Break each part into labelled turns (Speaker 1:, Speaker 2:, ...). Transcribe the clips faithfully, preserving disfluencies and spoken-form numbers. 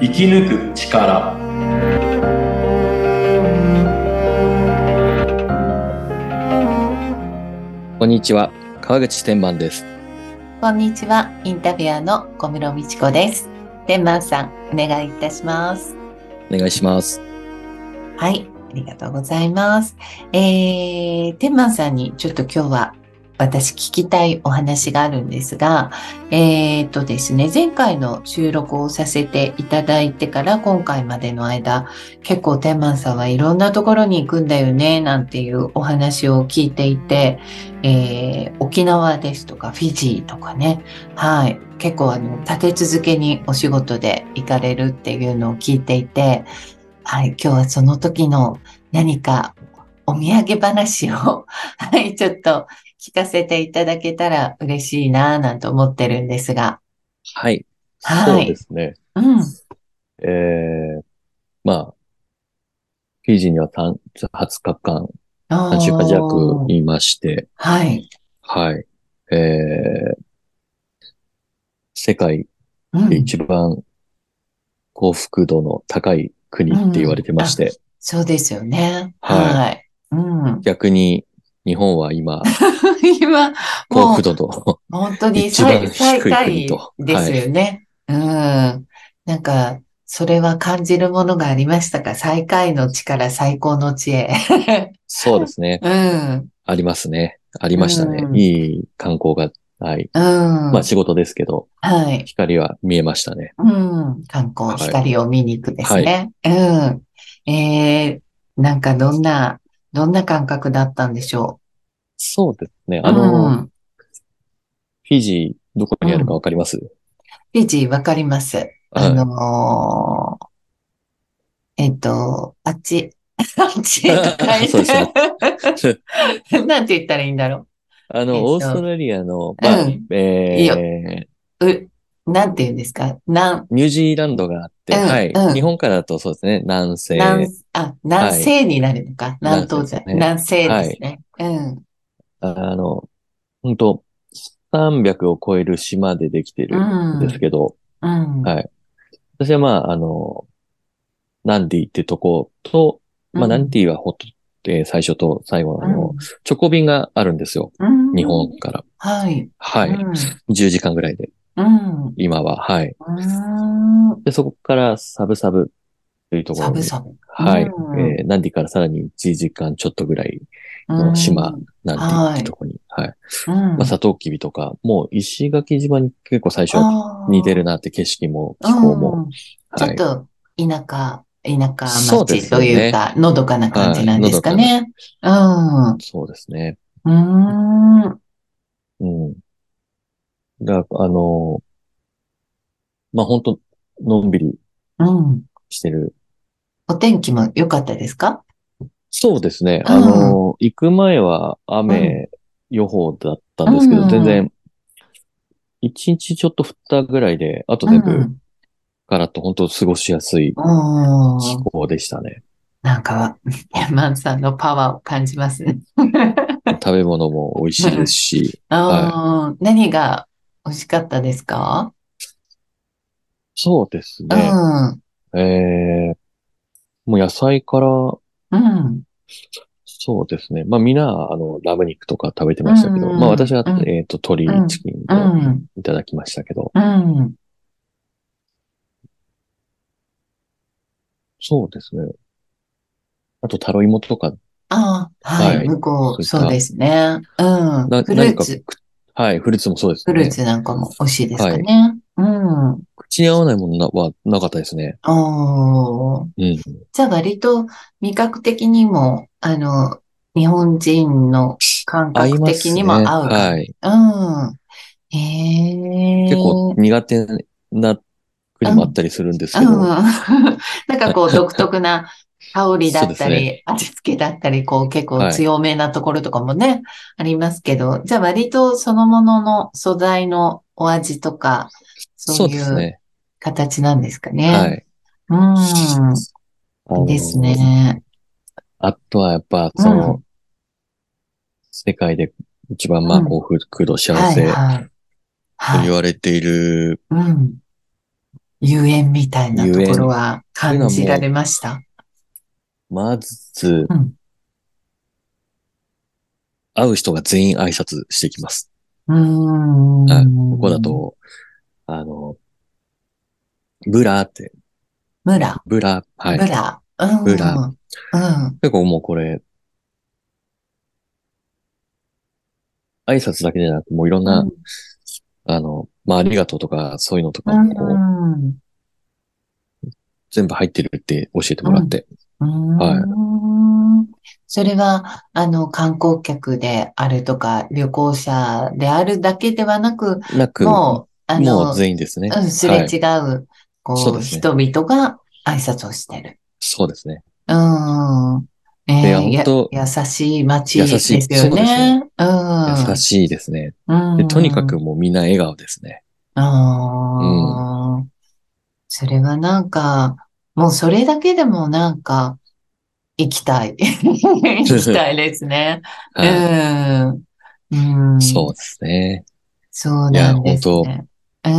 Speaker 1: 生き抜く力。
Speaker 2: こんにちは、川口天満です。
Speaker 3: こんにちは、インタビュアーの小室美智子です。天満さん、お願いいたします。
Speaker 2: お願いします。
Speaker 3: はい、ありがとうございます。えー、天満さんにちょっと今日は私聞きたいお話があるんですが、えーとですね、前回の収録をさせていただいてから今回までの間、結構天満さんはいろんなところに行くんだよね、なんていうお話を聞いていて、えー、沖縄ですとかフィジーとかね、はい、結構あの、立て続けにお仕事で行かれるっていうのを聞いていて、はい、今日はその時の何かお土産話を、はい、ちょっと聞かせていただけたら嬉しいなぁなんて思ってるんですが。
Speaker 2: はい、そうで
Speaker 3: はい。
Speaker 2: すね。
Speaker 3: うん。
Speaker 2: えー、まあ、フィジーにはさんはつかかん、さんしゅうかん弱
Speaker 3: おー。
Speaker 2: いまして、
Speaker 3: はい。
Speaker 2: はい、えー、世界で
Speaker 3: うん。
Speaker 2: 一番幸福度の高い国って言われ
Speaker 3: うん。あ、
Speaker 2: てまして、
Speaker 3: そうですよね。
Speaker 2: はい、
Speaker 3: はい。うん。
Speaker 2: 逆に日本は今、
Speaker 3: 今、もう
Speaker 2: 幸福度の
Speaker 3: 本当に
Speaker 2: 一番
Speaker 3: 最、最
Speaker 2: 低い
Speaker 3: 下位
Speaker 2: 国と、
Speaker 3: です
Speaker 2: はい、
Speaker 3: よね。うん。なんか、それは感じるものがありましたか？最下位の力、最高の知恵。
Speaker 2: そうですね。
Speaker 3: うん。
Speaker 2: ありますね。あり
Speaker 3: う
Speaker 2: ましたね。
Speaker 3: ん。
Speaker 2: いい観光が、はい。
Speaker 3: うん。
Speaker 2: まあ仕事ですけど、
Speaker 3: はい。
Speaker 2: 光は見えましたね。
Speaker 3: うん。観光、
Speaker 2: はい。
Speaker 3: 光を見に行くです
Speaker 2: はい。
Speaker 3: ね。うん。えー、なんかどんな、どんな感覚だったんでしょ
Speaker 2: そうですね。
Speaker 3: う？う
Speaker 2: あの、
Speaker 3: ん。
Speaker 2: フィジー、どこにあるか
Speaker 3: うん。
Speaker 2: わかります？
Speaker 3: フィジーわかります。あ
Speaker 2: はい。
Speaker 3: のーえっと、あっち、あっちとか言っ
Speaker 2: そうです。あ、
Speaker 3: てなんて言ったらいいんだろう。
Speaker 2: あの、
Speaker 3: えっと、
Speaker 2: オーストラリアの、まあ、
Speaker 3: うん。いいよ。
Speaker 2: えー、
Speaker 3: う、なんて言うんですか？なん、
Speaker 2: ニュージーランドがあって、は
Speaker 3: うん、
Speaker 2: い。
Speaker 3: うん。
Speaker 2: 日本からだとそうですね。南
Speaker 3: 南、
Speaker 2: 西、
Speaker 3: あ、南
Speaker 2: はい。
Speaker 3: 西になるのか。南
Speaker 2: 南西
Speaker 3: 東じゃ、
Speaker 2: ですね。
Speaker 3: 南西で
Speaker 2: はい。
Speaker 3: すね。うん。
Speaker 2: あの、本当さんびゃくを超える島でできて
Speaker 3: う
Speaker 2: るんです
Speaker 3: ん。
Speaker 2: けど、
Speaker 3: うん。
Speaker 2: はい。私はまあ、あの、ナンディってとことまあ、ナン
Speaker 3: うん。
Speaker 2: ディはほっとって最初と最後のあの、
Speaker 3: うん。
Speaker 2: 直行便があるんですよ。
Speaker 3: う
Speaker 2: 日本
Speaker 3: ん。
Speaker 2: から。
Speaker 3: はい。
Speaker 2: はい。
Speaker 3: うん。
Speaker 2: じゅうじかんぐらいで、
Speaker 3: うん。
Speaker 2: 今は。はい。
Speaker 3: うん。
Speaker 2: で、そこからサブサブというところに、
Speaker 3: サブサブ。う
Speaker 2: はい。
Speaker 3: ん。
Speaker 2: えー、ナンディからさらにいちじかんちょっとぐらい
Speaker 3: う
Speaker 2: の島、
Speaker 3: ん。
Speaker 2: ナンディっ
Speaker 3: はい。
Speaker 2: てとこに、はい。
Speaker 3: う
Speaker 2: まあ、サ
Speaker 3: ん。
Speaker 2: トウキビとか、もう石垣島に結構最初は似てる
Speaker 3: あ
Speaker 2: なって景色も
Speaker 3: あ。
Speaker 2: 気候も、
Speaker 3: うん。ちょ
Speaker 2: はい。
Speaker 3: っと田舎、田舎
Speaker 2: そうで
Speaker 3: 町と
Speaker 2: すね。
Speaker 3: いうか、のどかな感じ
Speaker 2: はい。
Speaker 3: なんです
Speaker 2: のどかな。
Speaker 3: かね。うん。う
Speaker 2: そうですね。
Speaker 3: ーん。
Speaker 2: うん。だ、あの、まあ、本当のんびり
Speaker 3: うん。
Speaker 2: してる。
Speaker 3: お天気も良かったですか？
Speaker 2: そうですね。
Speaker 3: う
Speaker 2: あ
Speaker 3: ん。
Speaker 2: の、行く前は
Speaker 3: うん。
Speaker 2: 雨予報だった
Speaker 3: う
Speaker 2: んですけど、全
Speaker 3: ん。
Speaker 2: 然、一日ちょっと降ったぐらいで、あと
Speaker 3: う
Speaker 2: 全部、
Speaker 3: ん。
Speaker 2: からっと本当過ごしやすい
Speaker 3: おー。
Speaker 2: 気候でしたね。
Speaker 3: なんか、山さんのパワーを感じますね。
Speaker 2: 食べ物も美味しいですし、はい。
Speaker 3: あー、何が美味しかったですか？
Speaker 2: そうです
Speaker 3: う
Speaker 2: ね。
Speaker 3: ん。
Speaker 2: えー、もう野菜から、
Speaker 3: うん。
Speaker 2: そうですね。まあ、みんな、あの、ラム肉とか食べて
Speaker 3: う
Speaker 2: ましたけど、まあ、
Speaker 3: ん。
Speaker 2: 私は、
Speaker 3: うん。
Speaker 2: えっと、鶏、チ
Speaker 3: うん。
Speaker 2: キン
Speaker 3: う
Speaker 2: の
Speaker 3: ん。
Speaker 2: いただきましたけど、
Speaker 3: うん。
Speaker 2: そうですね。あと、タロイモとか、
Speaker 3: ああ、はい。
Speaker 2: はい。
Speaker 3: 向こう、
Speaker 2: そういった、
Speaker 3: そうですね。うん。
Speaker 2: な、
Speaker 3: フルーツ、
Speaker 2: 何かく、はい、フルーツもそうですね。
Speaker 3: フルーツなんかも美味しいです
Speaker 2: はい。
Speaker 3: かね。うん。
Speaker 2: 口に合わないものなはなかったですね。
Speaker 3: おー。
Speaker 2: うん。
Speaker 3: じゃあ割と味覚的にも、あの、日本人の感
Speaker 2: 合いま
Speaker 3: 覚的にも
Speaker 2: すね。
Speaker 3: 合う感じ。
Speaker 2: はい。
Speaker 3: うん。へ
Speaker 2: 結構
Speaker 3: え。
Speaker 2: 苦手な国もあっ
Speaker 3: うん。
Speaker 2: たりするんです
Speaker 3: うん。
Speaker 2: けど、
Speaker 3: なんかこう独特な香りだ
Speaker 2: そうですね。
Speaker 3: ったり、味付けだったり、こう結構
Speaker 2: はい。
Speaker 3: 強めなところとかもね、ありますけど、じゃあ割とそのものの素材のお味とか、そう
Speaker 2: そう
Speaker 3: いう
Speaker 2: ですね。
Speaker 3: 形なんですかね。
Speaker 2: はい。
Speaker 3: うん。
Speaker 2: あ
Speaker 3: いいです
Speaker 2: のー
Speaker 3: ね。
Speaker 2: あとはやっぱ、その、
Speaker 3: うん。
Speaker 2: 世界で一番まあ
Speaker 3: うん。
Speaker 2: 幸福度幸
Speaker 3: はい、
Speaker 2: せ
Speaker 3: はい。
Speaker 2: と
Speaker 3: はい。
Speaker 2: 言われている
Speaker 3: うん。 ゆえんみたいなところ
Speaker 2: ゆえん。
Speaker 3: は
Speaker 2: というの
Speaker 3: 感じられ
Speaker 2: はも
Speaker 3: ました？
Speaker 2: う、まず、
Speaker 3: うん。
Speaker 2: 会う人が全員挨拶してきます。
Speaker 3: うー
Speaker 2: はい。ここだ
Speaker 3: ん。
Speaker 2: と、あの、ブラーって、
Speaker 3: 村、
Speaker 2: ブラ、はい。
Speaker 3: 村。う
Speaker 2: ブラ。
Speaker 3: ん。うん。
Speaker 2: 結構もうこれ、挨拶だけでなく、もういろんな、
Speaker 3: うん。
Speaker 2: あの、まあ、ありがとうとか、そういうのと
Speaker 3: う
Speaker 2: かも、こう、
Speaker 3: ん。
Speaker 2: 全部入ってるって教えて
Speaker 3: うん。
Speaker 2: もらって。は
Speaker 3: うーん。それは、あの、観光客であるとか、旅行者であるだけではなく、
Speaker 2: い。なく、
Speaker 3: もう、あ
Speaker 2: もう
Speaker 3: の、
Speaker 2: 全員ですね。
Speaker 3: うん、すれ
Speaker 2: はい。
Speaker 3: 違う、こう、
Speaker 2: そうですね。
Speaker 3: 人々が挨拶をしてる。
Speaker 2: そうですね。
Speaker 3: うん。
Speaker 2: で、いや、
Speaker 3: えーや、
Speaker 2: 本当
Speaker 3: 優しい街
Speaker 2: 優しい。
Speaker 3: ですよ
Speaker 2: そうですね。
Speaker 3: ね。うん。
Speaker 2: 優しいですね。
Speaker 3: う
Speaker 2: で、とにかく
Speaker 3: ん。
Speaker 2: もうみんな笑顔ですね。
Speaker 3: あ
Speaker 2: うん。
Speaker 3: あ、それはなんか、もうそれだけでもなんか、行きたい。行きたいですね。う
Speaker 2: はい。
Speaker 3: ん。うん。
Speaker 2: そうですね。いや、
Speaker 3: そうなんで
Speaker 2: 本当
Speaker 3: すね。うん。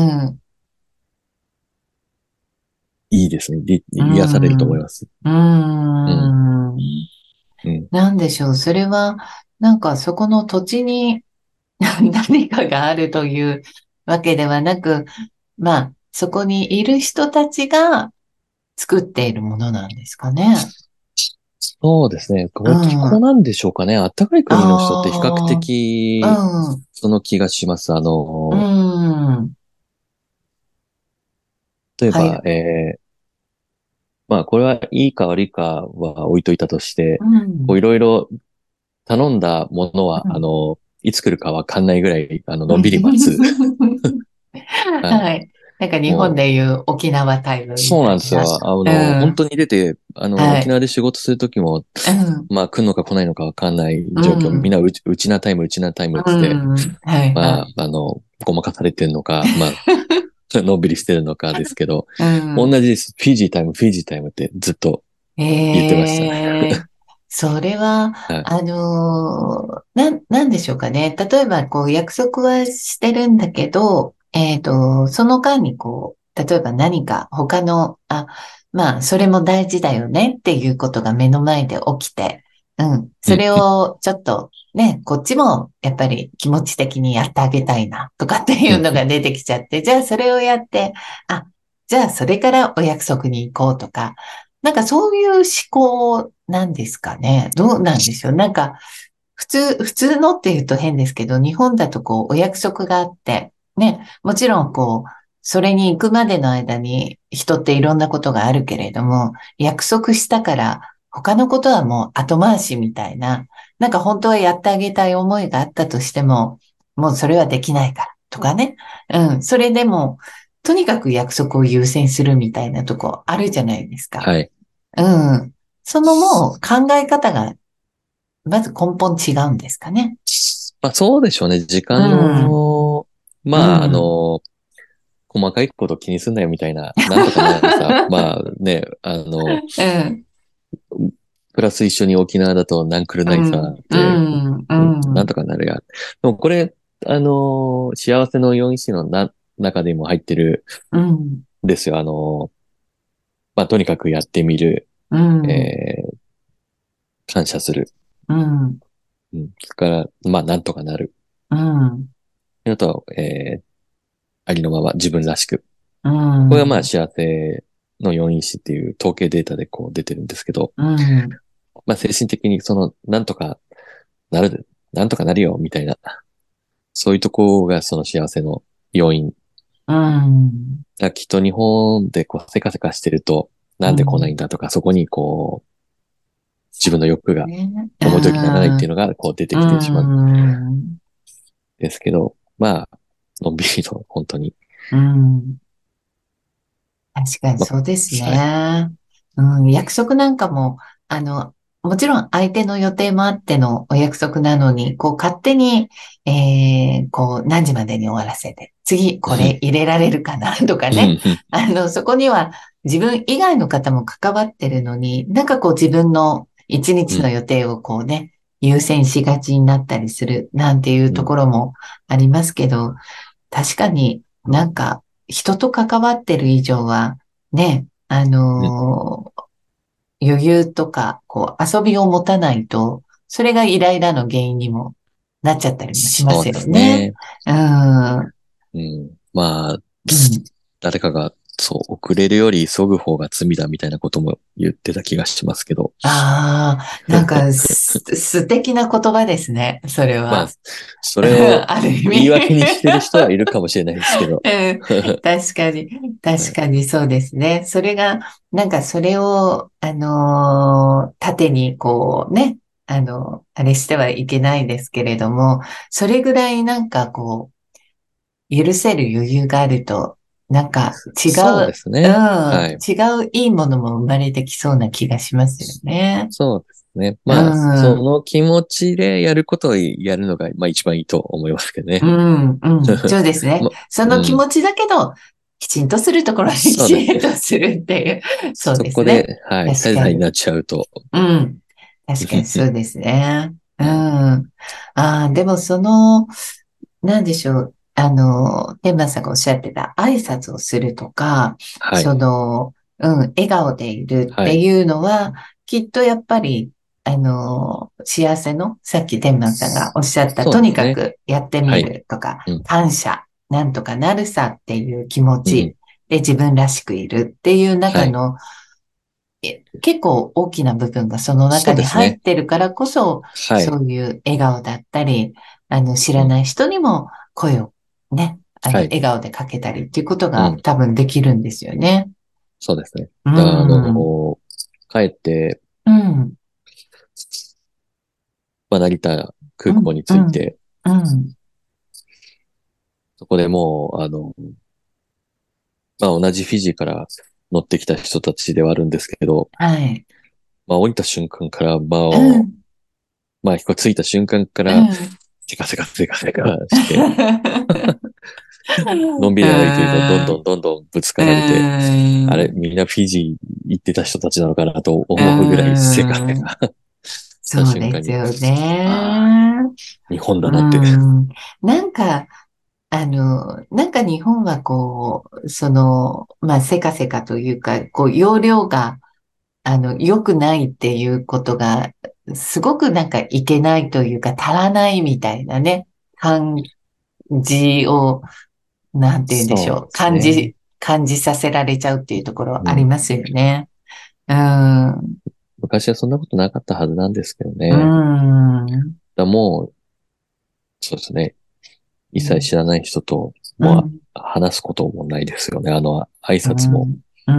Speaker 2: いいですね。り
Speaker 3: う
Speaker 2: 癒されると思い
Speaker 3: ん。
Speaker 2: ます。
Speaker 3: う
Speaker 2: うん。
Speaker 3: ん。
Speaker 2: うん。
Speaker 3: なんでしょう。それは、なんかそこの土地に何かがあるというわけではなく、まあ、そこにいる人たちが作っているものなんですかね。
Speaker 2: そうですね。こ
Speaker 3: う
Speaker 2: れ気候
Speaker 3: ん。
Speaker 2: なんでしょうかね。暖かい国の人って比較
Speaker 3: あ
Speaker 2: 的、
Speaker 3: あ、うん。
Speaker 2: その気がします。あ
Speaker 3: う
Speaker 2: の、
Speaker 3: ん。はい。
Speaker 2: 例えば、えーまあ、これはいいか悪いかは置いといたとして、
Speaker 3: うん。
Speaker 2: こういろいろ頼んだものは、あ
Speaker 3: うん。
Speaker 2: の、いつ来るかわかんないぐらい、あの、
Speaker 3: う
Speaker 2: のんびり待つ。
Speaker 3: ん。
Speaker 2: はい。
Speaker 3: はい。なんか日本
Speaker 2: もう、
Speaker 3: でいう沖縄タイムみ
Speaker 2: そうなんですよ。
Speaker 3: たいな。
Speaker 2: あ
Speaker 3: う
Speaker 2: の、本
Speaker 3: ん。
Speaker 2: 当に出て、あの、
Speaker 3: はい。
Speaker 2: 沖縄で仕事するときも、
Speaker 3: うん。
Speaker 2: まあ、来るのか来ないのかわかんない
Speaker 3: う
Speaker 2: 状況。みん
Speaker 3: ん。
Speaker 2: なうち、うちなタイム、うちなタイムっ
Speaker 3: う
Speaker 2: つって、
Speaker 3: ん。はいは
Speaker 2: まあ、あの、ごまかされてるのか、まあ、のんびりしてるのかですけど、
Speaker 3: い。うん。
Speaker 2: 同じです。フィジータイム、フィジータイムってずっと言ってましたね。
Speaker 3: ええ、それは、
Speaker 2: はい。
Speaker 3: あのーなん、なんでしょうかね。例えば、こう、約束はしてるんだけど、えっと、その間にこう、例えば何か他の、あ、まあ、それも大事だよねっていうことが目の前で起きて、うん。それ
Speaker 2: うん、
Speaker 3: をちょっとね、こっちもやっぱり気持ち的にやってあげたいなとかってい
Speaker 2: うん、
Speaker 3: うのが出てきちゃって、じゃあそれをやって、あ、じゃあそれからお約束に行こうとか、なんかそういう思考なんですかね。どうなんでしょう。なんか普通、普通のって言うと変ですけど、日本だとこうお約束があって、ね、もちろんこう、それに行くまでの間に人っていろんなことがあるけれども、約束したから他のことはもう後回しみたいな、なんか本当はやってあげたい思いがあったとしても、もうそれはできないからとかね。うん、それでも、とにかく約束を優先するみたいなとこあるじゃないですか。
Speaker 2: はい。
Speaker 3: うん。そのもう考え方がまず根本違うんですかね。
Speaker 2: まあ、そうでしょうね。時
Speaker 3: う
Speaker 2: 間
Speaker 3: ん。
Speaker 2: の、
Speaker 3: う
Speaker 2: まあ、あ
Speaker 3: ん。
Speaker 2: の、細かいこと気にすんなよみたいな、なんとかなるさ、まあね、あの、
Speaker 3: うん。
Speaker 2: プラス一緒に沖縄だとなんくるないさ
Speaker 3: うん。う
Speaker 2: って、
Speaker 3: ん。う
Speaker 2: うん、なん
Speaker 3: ん。
Speaker 2: とかなるや。でもこれ、あの、幸せのよん種のな、中でも入ってる
Speaker 3: うん。
Speaker 2: んですよ。あの、まあ、とにかくやってみる、
Speaker 3: うん。
Speaker 2: えー、感謝する。
Speaker 3: うん。
Speaker 2: うん。それから、まあ、なんとかなる。
Speaker 3: うん。
Speaker 2: あとは、えー、ありのまま自分らしく。
Speaker 3: う
Speaker 2: これがまあ
Speaker 3: ん。
Speaker 2: 幸せのよ因子っていう統計データでこう出てるんですけど、
Speaker 3: うん。
Speaker 2: まあ精神的にその、なんとかなる、なんとかなるよ、みたいな、そういうとこがその幸せの要因。
Speaker 3: うん。
Speaker 2: だからきっと日本でこうせかせかしてると、なんで来ないんだとか、そこにこう、自分の欲が
Speaker 3: ね。う
Speaker 2: 思い通りにならないっていう
Speaker 3: ん。
Speaker 2: のがこう出て
Speaker 3: う
Speaker 2: きてしまうん
Speaker 3: ん。
Speaker 2: ですけど、まあ、のんびりと本当に、
Speaker 3: うん。確かに
Speaker 2: ま
Speaker 3: そうです
Speaker 2: あ、はい。
Speaker 3: ね。うん、約束なんかも、あの、もちろん相手の予定もあってのお約束なのに、こう勝手に、えー、こう何時までに終わらせて、次これ入れられるかなとかね。
Speaker 2: うんうん
Speaker 3: あの、そこには自分以外の方も関わってるのに、なんかこう自分の一日の
Speaker 2: うん
Speaker 3: 予定をこうね、優先しがちになったりするなんていう
Speaker 2: うん
Speaker 3: ところもありますけど、確かになんか人と関わってる以上は、ね、あ
Speaker 2: うん。
Speaker 3: のー余裕とか、こう、遊びを持たないと、それがイライラの原因にもなっちゃったりもします
Speaker 2: そうで
Speaker 3: よね。
Speaker 2: すね。
Speaker 3: うん、
Speaker 2: うん。まあ、
Speaker 3: うん。
Speaker 2: 誰かが、そう、遅れるより急ぐ方が罪だみたいなことも言ってた気がしますけど。
Speaker 3: ああ、なんかす、素敵な言葉ですね。それ
Speaker 2: まあ、
Speaker 3: は。
Speaker 2: それを
Speaker 3: ある意
Speaker 2: 言い訳に
Speaker 3: 味。
Speaker 2: してる人はいるかもしれないですけど。
Speaker 3: うん、確かに、確かにそうですね。それが、なんかそれを、あのー縦にこうね、あの、あれしてはいけないですけれども、それぐらいなんかこう、許せる余裕があると、なんか違
Speaker 2: そうで
Speaker 3: う、うん、
Speaker 2: すね。はい。
Speaker 3: 違ういいものも生まれてきそうな気がしますよね。
Speaker 2: そうですね。
Speaker 3: う
Speaker 2: まあ、そ
Speaker 3: ん。
Speaker 2: の気持ちでやることをやるのが、まあ一番いいと思いますけど
Speaker 3: う
Speaker 2: ね。
Speaker 3: ん、うん、そうですね。
Speaker 2: ま、
Speaker 3: そ
Speaker 2: うん。
Speaker 3: の気持ちだけど、きちんとするところにき
Speaker 2: そうですね。
Speaker 3: ちんとするっていう。そう
Speaker 2: そ
Speaker 3: ですね。
Speaker 2: こで、はい、
Speaker 3: 確かに。
Speaker 2: 怠惰になっちゃうと。
Speaker 3: うん。確かにそうですね。うん。ああ、でもその、なんでしょう。あの、天馬さんがおっしゃってた挨拶をするとか、そ
Speaker 2: はい。
Speaker 3: の、うん、笑顔でいるっ
Speaker 2: はい。
Speaker 3: ていうのは、きっとやっぱり、あの、幸せの、さっき天満さんがおっしゃった、
Speaker 2: そう
Speaker 3: とにか
Speaker 2: ですね。
Speaker 3: くやってみ
Speaker 2: はい。
Speaker 3: るとか、
Speaker 2: うん。
Speaker 3: 感謝、なんとかなるさっていう気持
Speaker 2: うん。
Speaker 3: ちで自分らしくいるっていう
Speaker 2: はい。
Speaker 3: 中の、え結構大きな部分がその中に入っ
Speaker 2: そうですね。
Speaker 3: てるからこそ、
Speaker 2: はい。
Speaker 3: そういう笑顔だったり、あの、知
Speaker 2: うん。
Speaker 3: らない人にも声をね、あの、
Speaker 2: はい。
Speaker 3: 笑顔でかけたりっていうこと
Speaker 2: うん。
Speaker 3: が多分できるんですよね。
Speaker 2: そうですね。
Speaker 3: う
Speaker 2: だから、あ
Speaker 3: ん、
Speaker 2: の、帰って、
Speaker 3: うん、
Speaker 2: まあ、成田
Speaker 3: うん、
Speaker 2: 空港に
Speaker 3: うん、
Speaker 2: 着いて、
Speaker 3: うん。
Speaker 2: そこでもう、あの、まあ、同じフィジーから乗ってきた人たちではあるんですけど、
Speaker 3: はい。
Speaker 2: まあ、降りた瞬間から、まあ、
Speaker 3: うん、
Speaker 2: まあ、飛行着いた瞬間か
Speaker 3: う
Speaker 2: ら、
Speaker 3: ん。
Speaker 2: せかせかせかせかして、のんび
Speaker 3: う
Speaker 2: り歩いてると、どん
Speaker 3: ん、
Speaker 2: どんどんどんぶつ
Speaker 3: う
Speaker 2: かられて、あれ、
Speaker 3: ん、
Speaker 2: みんなフィジー行ってた人たちなのかなと
Speaker 3: う
Speaker 2: 思うぐらい、せかせ
Speaker 3: ん。
Speaker 2: かした
Speaker 3: そう
Speaker 2: 瞬間に、
Speaker 3: ですよ
Speaker 2: ああ、
Speaker 3: ね。
Speaker 2: 日本だ
Speaker 3: う
Speaker 2: なって。
Speaker 3: ん。なんか、あの、なんか日本はこう、その、まあ、せかせかというか、こう、容量が、あの、良くないっていうことが、すごくなんかいけないというか、足らないみたいなね、感じを、なんて言うんでし
Speaker 2: そうで
Speaker 3: ょう、
Speaker 2: すね。
Speaker 3: 感じ、感じさせられちゃうっていうところ
Speaker 2: うん。
Speaker 3: ありますよね。うん。
Speaker 2: 昔はそんなことなかったはずなんですけど
Speaker 3: う
Speaker 2: ね。
Speaker 3: ん。
Speaker 2: だもう、そうですね。一切知らない人と、もう
Speaker 3: うん。
Speaker 2: 話すこともないですよね。あの、挨
Speaker 3: う
Speaker 2: 拶も。
Speaker 3: ん。うん。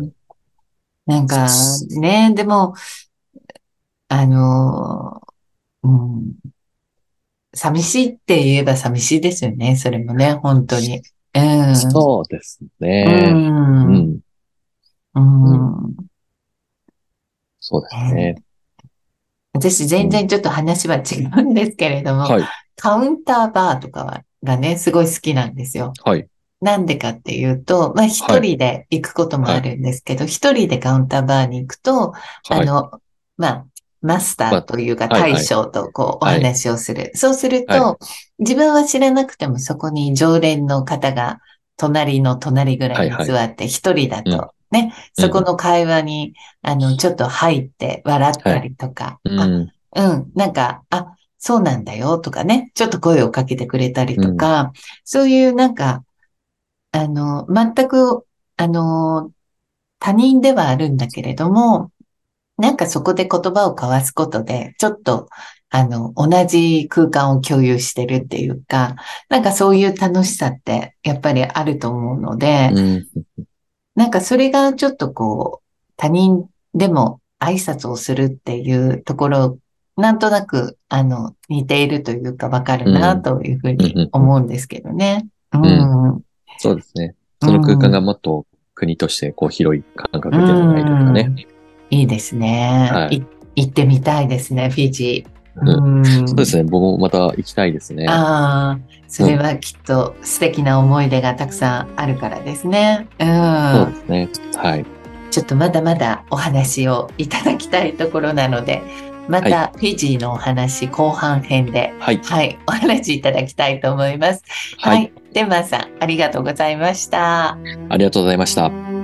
Speaker 2: うん、
Speaker 3: なんかね、でも、あの、うん、寂しいって言えば寂しいですよね。それもね、本当に。うん。
Speaker 2: そうです
Speaker 3: う
Speaker 2: ね。う
Speaker 3: ん。
Speaker 2: ん。
Speaker 3: う
Speaker 2: うん。
Speaker 3: ん。
Speaker 2: そうですね。
Speaker 3: ね、私全
Speaker 2: うん。
Speaker 3: 然ちょっと話は違うんですけれども、
Speaker 2: はい。
Speaker 3: カウンターバーとかはがね、すごい好きなんですよ。
Speaker 2: はい。
Speaker 3: なんでかっていうと、まあ一
Speaker 2: はい。
Speaker 3: 人で行くことも
Speaker 2: はい。
Speaker 3: あるんですけど、一人でカウンターバーに行くと、あ
Speaker 2: はい。
Speaker 3: の、まあ、マスタ
Speaker 2: まあ、
Speaker 3: ーというか
Speaker 2: はい。
Speaker 3: 大
Speaker 2: はい。
Speaker 3: 将とこうお
Speaker 2: はい。
Speaker 3: 話をする。そうする
Speaker 2: はい。
Speaker 3: と、自分は知らなくてもそこに常連の方が隣の隣ぐらい
Speaker 2: はい。はい。
Speaker 3: に座って一人だ
Speaker 2: うん。
Speaker 3: とね、
Speaker 2: うん。
Speaker 3: そこの会話にあのちょっと入って笑った
Speaker 2: はい。
Speaker 3: りとか、
Speaker 2: う
Speaker 3: あ、
Speaker 2: ん。
Speaker 3: うん、なんか、あ、そうなんだよとかね、ちょっと声をかけてくれたり
Speaker 2: うん。
Speaker 3: とか、そういうなんかあの、全く、あの、他人ではあるんだけれども、なんかそこで言葉を交わすことで、ちょっと、あの、同じ空間を共有してるっていうか、なんかそういう楽しさってやっぱりあると思うので、
Speaker 2: うん。
Speaker 3: なんかそれがちょっとこう、他人でも挨拶をするっていうところ、なんとなく、あの、似ているというかわかる
Speaker 2: う
Speaker 3: な
Speaker 2: ん。
Speaker 3: というふう
Speaker 2: うん。
Speaker 3: に
Speaker 2: うん。
Speaker 3: 思うんですけどね。う
Speaker 2: うん。
Speaker 3: ん、う
Speaker 2: そうですね。その空間が
Speaker 3: ん、
Speaker 2: もっと国としてこう広い感
Speaker 3: う
Speaker 2: 覚ではないですかね。
Speaker 3: ん。いいですね。
Speaker 2: はい。
Speaker 3: い、行ってみたいですね、フィジー。う
Speaker 2: うん。そうで
Speaker 3: ん。
Speaker 2: すね。僕もまた行きたいですね。
Speaker 3: ああ、そ
Speaker 2: うん。
Speaker 3: れはきっと素敵な思い出がたくさんあるからですね。う
Speaker 2: そうで
Speaker 3: ん。
Speaker 2: すね。はい。
Speaker 3: ちょっとまだまだお話をいただきたいところなので、ま
Speaker 2: はい。
Speaker 3: たフィジーのお話後半編で、
Speaker 2: はい。
Speaker 3: はい、お話いただきたいと思います。
Speaker 2: はい。
Speaker 3: はい。 天満さん、ありがとうございました。
Speaker 2: ありがとうございました。